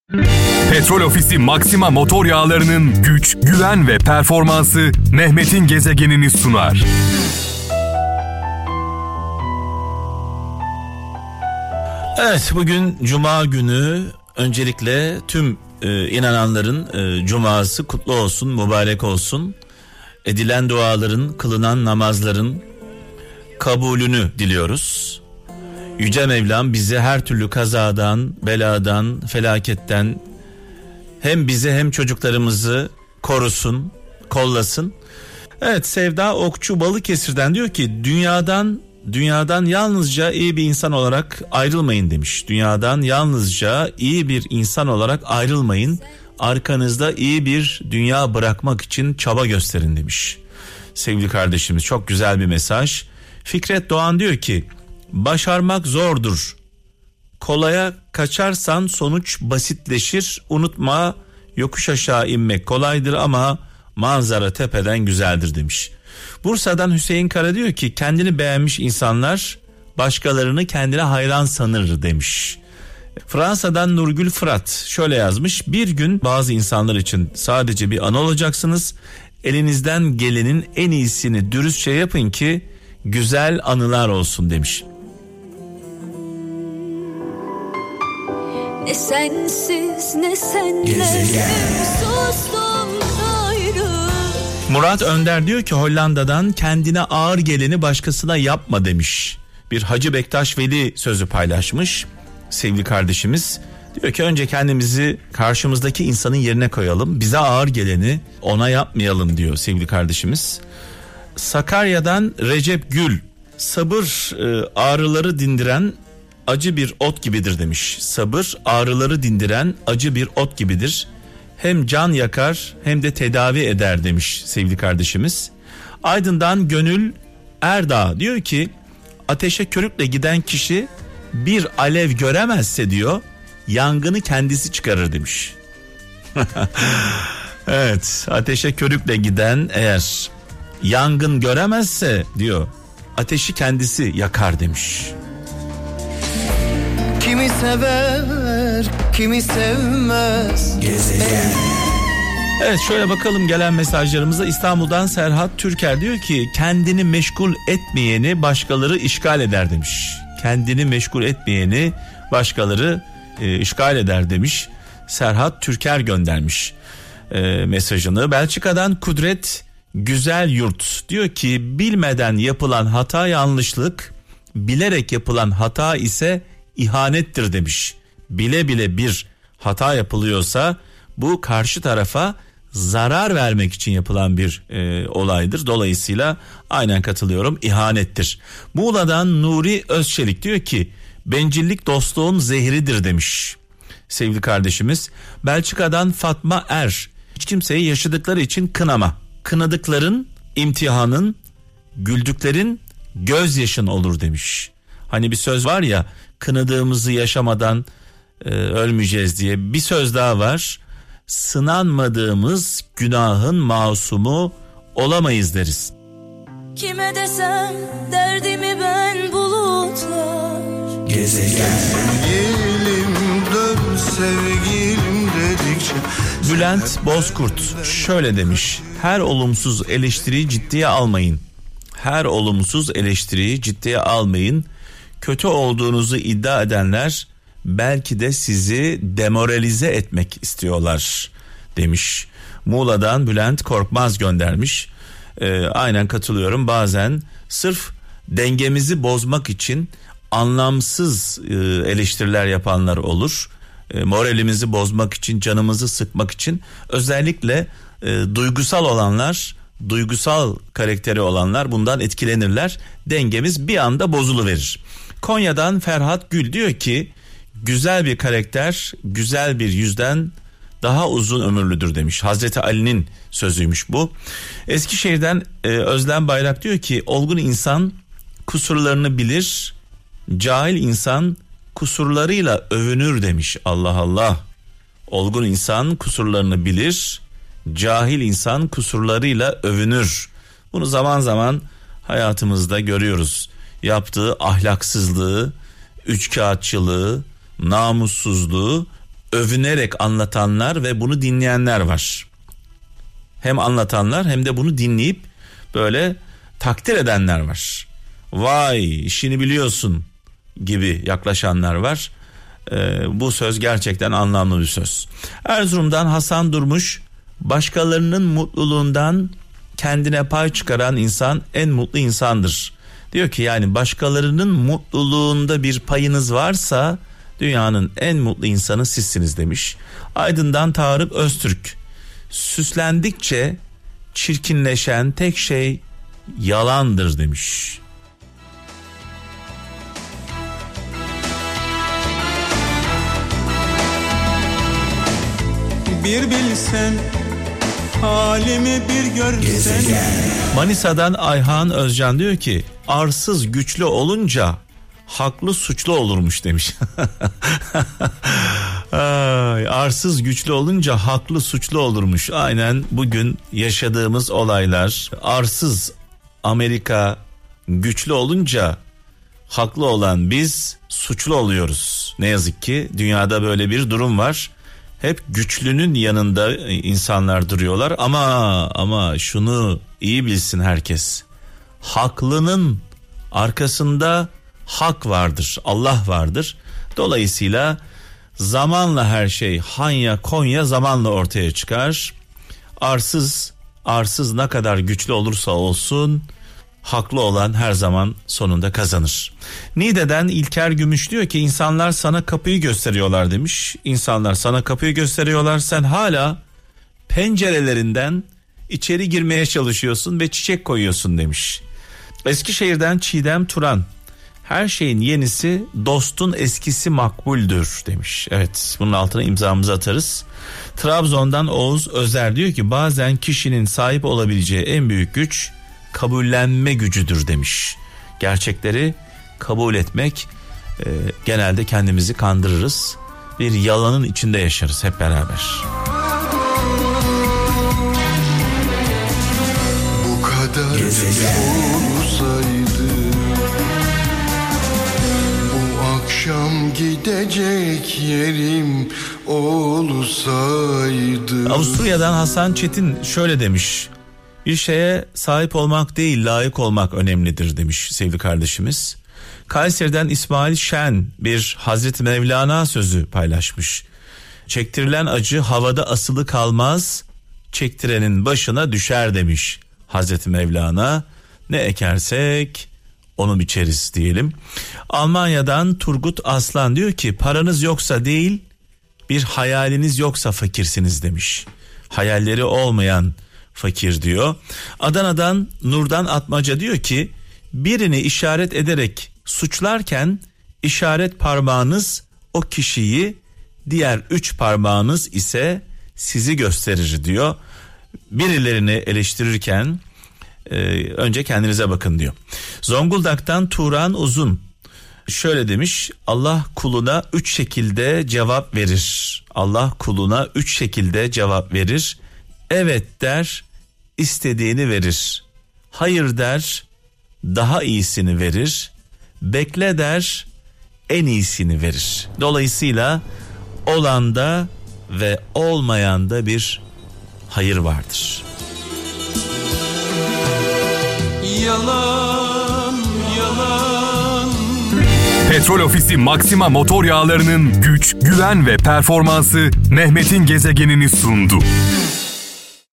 Petrol Ofisi Maxima motor yağlarının güç, güven ve performansı Mehmet'in gezegenini sunar. Evet, bugün Cuma günü. Öncelikle tüm inananların cuması kutlu olsun, mübarek olsun. Edilen duaların, kılınan namazların kabulünü diliyoruz. Yüce Mevlam bizi her türlü kazadan, beladan, felaketten hem bizi hem çocuklarımızı korusun, kollasın. Evet, Sevda Okçu Balıkesir'den diyor ki dünyadan yalnızca iyi bir insan olarak ayrılmayın demiş. Dünyadan yalnızca iyi bir insan olarak ayrılmayın. Arkanızda iyi bir dünya bırakmak için çaba gösterin demiş. Sevgili kardeşimiz, çok güzel bir mesaj. Fikret Doğan diyor ki başarmak zordur. Kolaya kaçarsan sonuç basitleşir. Unutma, yokuş aşağı inmek kolaydır ama manzara tepeden güzeldir demiş. Bursa'dan Hüseyin Kara diyor ki kendini beğenmiş insanlar başkalarını kendine hayran sanır demiş. Fransa'dan Nurgül Fırat şöyle yazmış: bir gün bazı insanlar için sadece bir an olacaksınız. Elinizden gelenin en iyisini dürüstçe yapın ki güzel anılar olsun demiş. Ne sensiz ne senle sustum ayrı. Murat Önder diyor ki Hollanda'dan kendine ağır geleni başkasına yapma demiş. Bir Hacı Bektaş Veli sözü paylaşmış sevgili kardeşimiz. Diyor ki önce kendimizi karşımızdaki insanın yerine koyalım. Bize ağır geleni ona yapmayalım diyor sevgili kardeşimiz. Sakarya'dan Recep Gül, sabır ağrıları dindiren acı bir ot gibidir demiş. Sabır ağrıları dindiren acı bir ot gibidir. Hem can yakar hem de tedavi eder demiş sevgili kardeşimiz. Aydın'dan Gönül Erdağ diyor ki ateşe körükle giden kişi bir alev göremezse diyor yangını kendisi çıkarır demiş. Evet, ateşe körükle giden eğer yangın göremezse diyor ateşi kendisi yakar demiş. Kimi sever, kimi sevmez. Gezegen. Evet, şöyle bakalım gelen mesajlarımıza. İstanbul'dan Serhat Türker diyor ki kendini meşgul etmeyeni başkaları işgal eder demiş. Kendini meşgul etmeyeni başkaları işgal eder demiş. Serhat Türker göndermiş mesajını. Belçika'dan Kudret Güzel Yurt diyor ki bilmeden yapılan hata yanlışlık, bilerek yapılan hata ise ihanettir demiş. Bile bile bir hata yapılıyorsa bu karşı tarafa zarar vermek için yapılan bir olaydır. Dolayısıyla aynen katılıyorum, ihanettir. Muğla'dan Nuri Özçelik diyor ki bencillik dostluğun zehridir demiş sevgili kardeşimiz. Belçika'dan Fatma Er, hiç kimseyi yaşadıkları için kınama. Kınadıkların imtihanın, güldüklerin gözyaşın olur demiş. Hani bir söz var ya, kınadığımızı yaşamadan ölmeyeceğiz diye. Bir söz daha var. Sınanmadığımız günahın masumu olamayız deriz. Kime desem derdimi ben bulutlar. Gezegen. Sevgilim dön sevgilim dedikçe. Bülent Bozkurt şöyle demiş: her olumsuz eleştiriyi ciddiye almayın. Her olumsuz eleştiriyi ciddiye almayın. Kötü olduğunuzu iddia edenler belki de sizi demoralize etmek istiyorlar demiş. Muğla'dan Bülent Korkmaz göndermiş. Aynen katılıyorum. Bazen sırf dengemizi bozmak için anlamsız eleştiriler yapanlar olur. Moralimizi bozmak için, canımızı sıkmak için, özellikle duygusal olanlar, duygusal karakteri olanlar bundan etkilenirler. Dengemiz bir anda bozuluverir. Konya'dan Ferhat Gül diyor ki güzel bir karakter güzel bir yüzden daha uzun ömürlüdür demiş. Hazreti Ali'nin sözüymüş bu. Eskişehir'den Özlem Bayrak diyor ki olgun insan kusurlarını bilir, cahil insan kusurlarıyla övünür demiş. Allah Allah. Olgun insan kusurlarını bilir, cahil insan kusurlarıyla övünür. Bunu zaman zaman hayatımızda görüyoruz. Yaptığı ahlaksızlığı, üçkağıtçılığı, namussuzluğu övünerek anlatanlar ve bunu dinleyenler var. Hem anlatanlar hem de bunu dinleyip böyle takdir edenler var. Vay, işini biliyorsun gibi yaklaşanlar var. Bu söz gerçekten anlamlı bir söz. Erzurum'dan Hasan Durmuş, başkalarının mutluluğundan kendine pay çıkaran insan en mutlu insandır. Diyor ki yani başkalarının mutluluğunda bir payınız varsa dünyanın en mutlu insanı sizsiniz demiş. Aydın'dan Tarık Öztürk, süslendikçe çirkinleşen tek şey yalandır demiş. Bir bilsen, halimi bir görsen. Manisa'dan Ayhan Özcan diyor ki arsız güçlü olunca haklı suçlu olurmuş demiş. Ay, arsız güçlü olunca haklı suçlu olurmuş. Aynen bugün yaşadığımız olaylar. Arsız Amerika güçlü olunca haklı olan biz suçlu oluyoruz. Ne yazık ki dünyada böyle bir durum var. Hep güçlünün yanında insanlar duruyorlar ama şunu iyi bilsin herkes. Haklının arkasında hak vardır, Allah vardır. Dolayısıyla zamanla her şey Hanya Konya zamanla ortaya çıkar. Arsız ne kadar güçlü olursa olsun haklı olan her zaman sonunda kazanır. Niğde'den İlker Gümüş diyor ki insanlar sana kapıyı gösteriyorlar demiş. İnsanlar sana kapıyı gösteriyorlar, sen hala pencerelerinden içeri girmeye çalışıyorsun ve çiçek koyuyorsun demiş. Eskişehir'den Çiğdem Turan, her şeyin yenisi dostun eskisi makbuldür demiş. Evet, bunun altına imzamızı atarız. Trabzon'dan Oğuz Özer diyor ki bazen kişinin sahip olabileceği en büyük güç kabullenme gücüdür demiş. Gerçekleri kabul etmek, genelde kendimizi kandırırız. Bir yalanın içinde yaşarız hep beraber. Bu kadar olsaydı bu akşam gidecek yerim olsaydı. Avusturya'dan Hasan Çetin şöyle demiş. Bir şeye sahip olmak değil, layık olmak önemlidir demiş sevgili kardeşimiz. Kayseri'den İsmail Şen bir Hazreti Mevlana sözü paylaşmış. Çektirilen acı havada asılı kalmaz, çektirenin başına düşer demiş Hazreti Mevlana. Ne ekersek onu biçeriz diyelim. Almanya'dan Turgut Aslan diyor ki paranız yoksa değil, bir hayaliniz yoksa fakirsiniz demiş. Hayalleri olmayan fakir diyor. Adana'dan Nurdan Atmaca diyor ki birini işaret ederek suçlarken işaret parmağınız o kişiyi, diğer 3 parmağınız ise sizi gösterir diyor. Birilerini eleştirirken önce kendinize bakın diyor. Zonguldak'tan Turan Uzun şöyle demiş. Allah kuluna 3 şekilde cevap verir. Allah kuluna 3 şekilde cevap verir. Evet der, istediğini verir. Hayır der, daha iyisini verir. Bekle der, en iyisini verir. Dolayısıyla olanda ve olmayanda bir hayır vardır. Yalan, yalan. Petrol Ofisi Maxima motor yağlarının güç, güven ve performansı Mehmet'in gezegenini sundu.